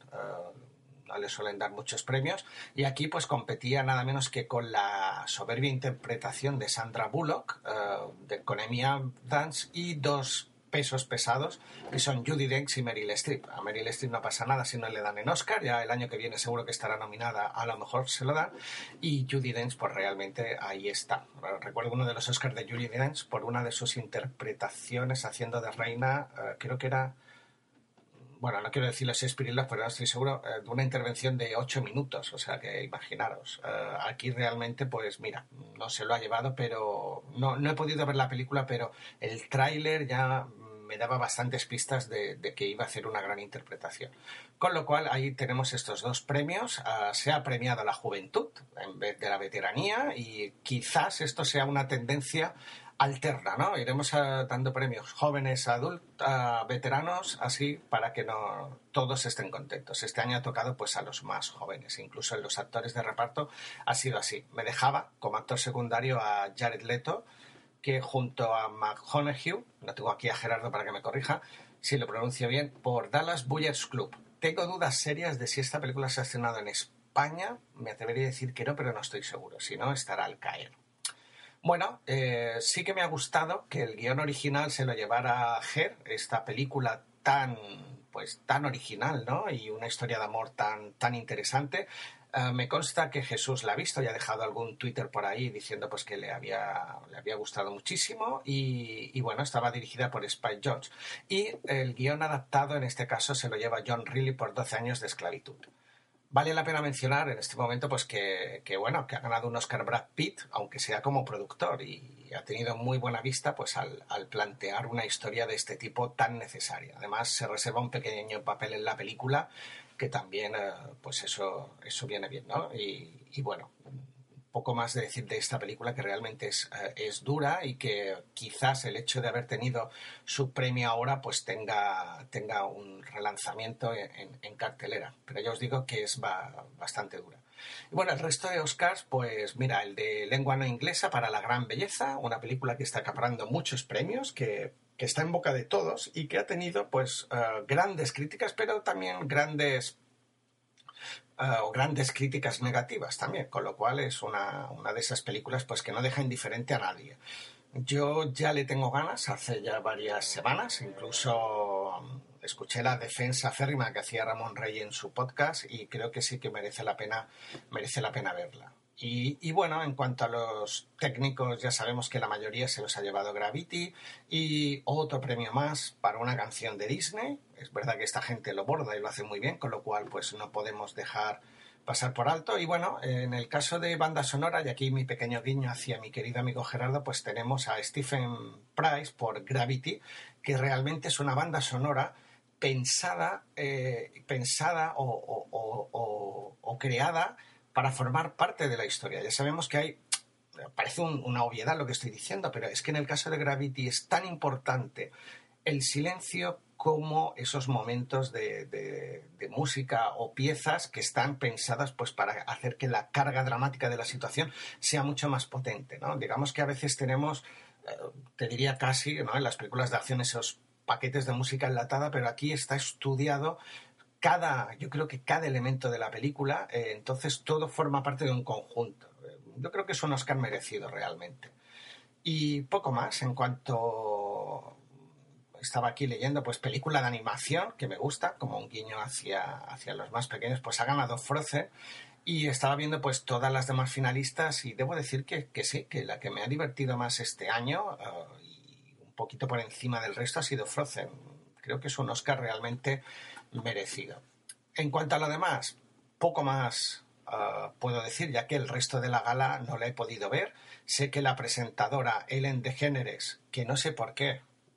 no le suelen dar muchos premios, y aquí pues competía nada menos que con la soberbia interpretación de Sandra Bullock, con Amy Adams, y dos pesos pesados que son Judi Dench y Meryl Streep. A Meryl Streep no pasa nada si no le dan en Oscar, ya el año que viene seguro que estará nominada, a lo mejor se lo dan, y Judi Dench pues realmente ahí está. Recuerdo uno de los Oscars de Judi Dench por una de sus interpretaciones haciendo de reina, creo que era, bueno, no quiero decir los Shakespeare, pero no estoy seguro, de una intervención de 8 minutos, o sea que imaginaros. Aquí realmente, pues mira, no se lo ha llevado, pero no he podido ver la película, pero el tráiler ya me daba bastantes pistas de que iba a hacer una gran interpretación. Con lo cual, ahí tenemos estos dos premios. Se ha premiado a la juventud en vez de la veteranía, y quizás esto sea una tendencia alterna, ¿no? Iremos dando premios jóvenes, adultos, veteranos, así para que no todos estén contentos. Este año ha tocado pues a los más jóvenes, incluso en los actores de reparto ha sido así. Me dejaba como actor secundario a Jared Leto, que junto a McConaughey, no tengo aquí a Gerardo para que me corrija si lo pronuncio bien, por Dallas Buyers Club. Tengo dudas serias de si esta película se ha estrenado en España, me atrevería a decir que no, pero no estoy seguro, si no estará al caer. Bueno, sí que me ha gustado que el guión original se lo llevara Her, esta película tan original, ¿no? Y una historia de amor tan interesante. Me consta que Jesús la ha visto y ha dejado algún Twitter por ahí diciendo pues que le había gustado muchísimo, y bueno, estaba dirigida por Spike Jonze. Y el guión adaptado en este caso se lo lleva John Reilly por 12 años de esclavitud. Vale la pena mencionar en este momento pues que ha ganado un Oscar Brad Pitt, aunque sea como productor, y que ha tenido muy buena vista pues al plantear una historia de este tipo tan necesaria. Además, se reserva un pequeño papel en la película que también, pues eso viene bien, ¿no? Y bueno, poco más de decir de esta película, que realmente es dura y que quizás el hecho de haber tenido su premio ahora pues tenga un relanzamiento en cartelera. Pero ya os digo que es bastante dura. Y bueno, el resto de Oscars, pues mira, el de lengua no inglesa para La gran belleza, una película que está acaparando muchos premios, que está en boca de todos y que ha tenido pues grandes críticas, pero también grandes críticas negativas también, con lo cual es una de esas películas pues que no deja indiferente a nadie. Yo ya le tengo ganas hace ya varias semanas, incluso escuché la defensa férrima que hacía Ramón Rey en su podcast y creo que sí que merece la pena verla. Y bueno, en cuanto a los técnicos, ya sabemos que la mayoría se los ha llevado Gravity y otro premio más para una canción de Disney. Es verdad que esta gente lo borda y lo hace muy bien, con lo cual pues no podemos dejar pasar por alto. Y bueno, en el caso de banda sonora, y aquí mi pequeño guiño hacia mi querido amigo Gerardo, pues tenemos a Stephen Price por Gravity, que realmente es una banda sonora pensada o creada para formar parte de la historia. Ya sabemos que parece una obviedad lo que estoy diciendo, pero es que en el caso de Gravity es tan importante el silencio como esos momentos de música o piezas que están pensadas pues para hacer que la carga dramática de la situación sea mucho más potente, ¿no? Digamos que a veces tenemos, te diría casi, ¿no?, en las películas de acción esos paquetes de música enlatada, pero aquí está estudiado yo creo que cada elemento de la película, entonces todo forma parte de un conjunto. Yo creo que es un Oscar merecido realmente. Y poco más en cuanto... Estaba aquí leyendo, pues película de animación, que me gusta, como un guiño hacia los más pequeños, pues ha ganado Frozen. Y estaba viendo pues todas las demás finalistas y debo decir que sí, que la que me ha divertido más este año y un poquito por encima del resto ha sido Frozen. Creo que es un Oscar realmente merecido. En cuanto a lo demás, poco más puedo decir, ya que el resto de la gala no la he podido ver. Sé que la presentadora Ellen DeGeneres, que no sé por qué,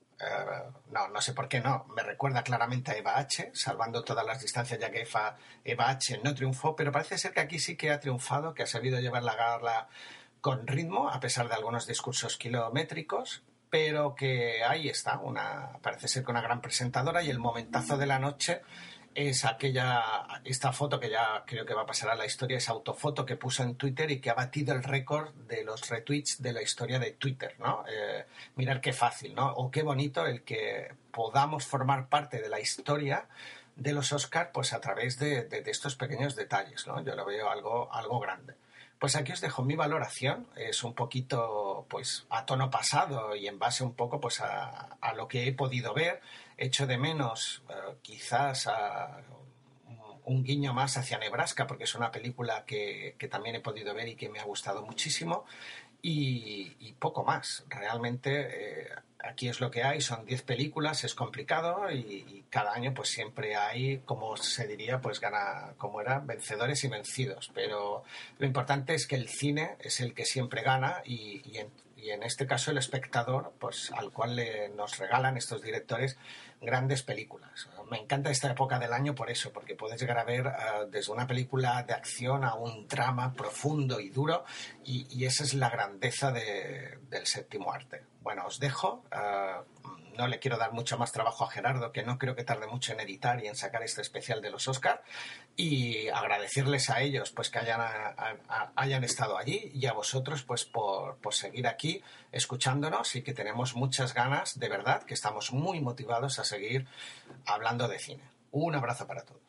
no sé por qué no, me recuerda claramente a Eva H, salvando todas las distancias, ya que Eva H no triunfó, pero parece ser que aquí sí que ha triunfado, que ha sabido llevar la gala con ritmo, a pesar de algunos discursos kilométricos, pero que ahí está, parece ser que una gran presentadora, y el momentazo de la noche es esta foto que ya creo que va a pasar a la historia, esa autofoto que puso en Twitter y que ha batido el récord de los retweets de la historia de Twitter, ¿no? Mirar qué fácil, ¿no? O qué bonito el que podamos formar parte de la historia de los Oscars pues a través de estos pequeños detalles, ¿no? Yo lo veo algo grande. Pues aquí os dejo mi valoración, es un poquito pues a tono pasado y en base un poco pues a lo que he podido ver. Echo de menos quizás un guiño más hacia Nebraska, porque es una película que también he podido ver y que me ha gustado muchísimo, y poco más. Realmente aquí es lo que hay, son 10 películas, es complicado y cada año pues siempre hay, como se diría, pues vencedores y vencidos, pero lo importante es que el cine es el que siempre gana y en este caso el espectador, pues al cual nos regalan estos directores grandes películas. Me encanta esta época del año por eso, porque puedes llegar a ver desde una película de acción a un drama profundo y duro, y esa es la grandeza del séptimo arte. Bueno, os dejo. No le quiero dar mucho más trabajo a Gerardo, que no creo que tarde mucho en editar y en sacar este especial de los Oscar, y agradecerles a ellos pues que hayan estado allí, y a vosotros pues por seguir aquí escuchándonos, y que tenemos muchas ganas, de verdad, que estamos muy motivados a seguir hablando de cine. Un abrazo para todos.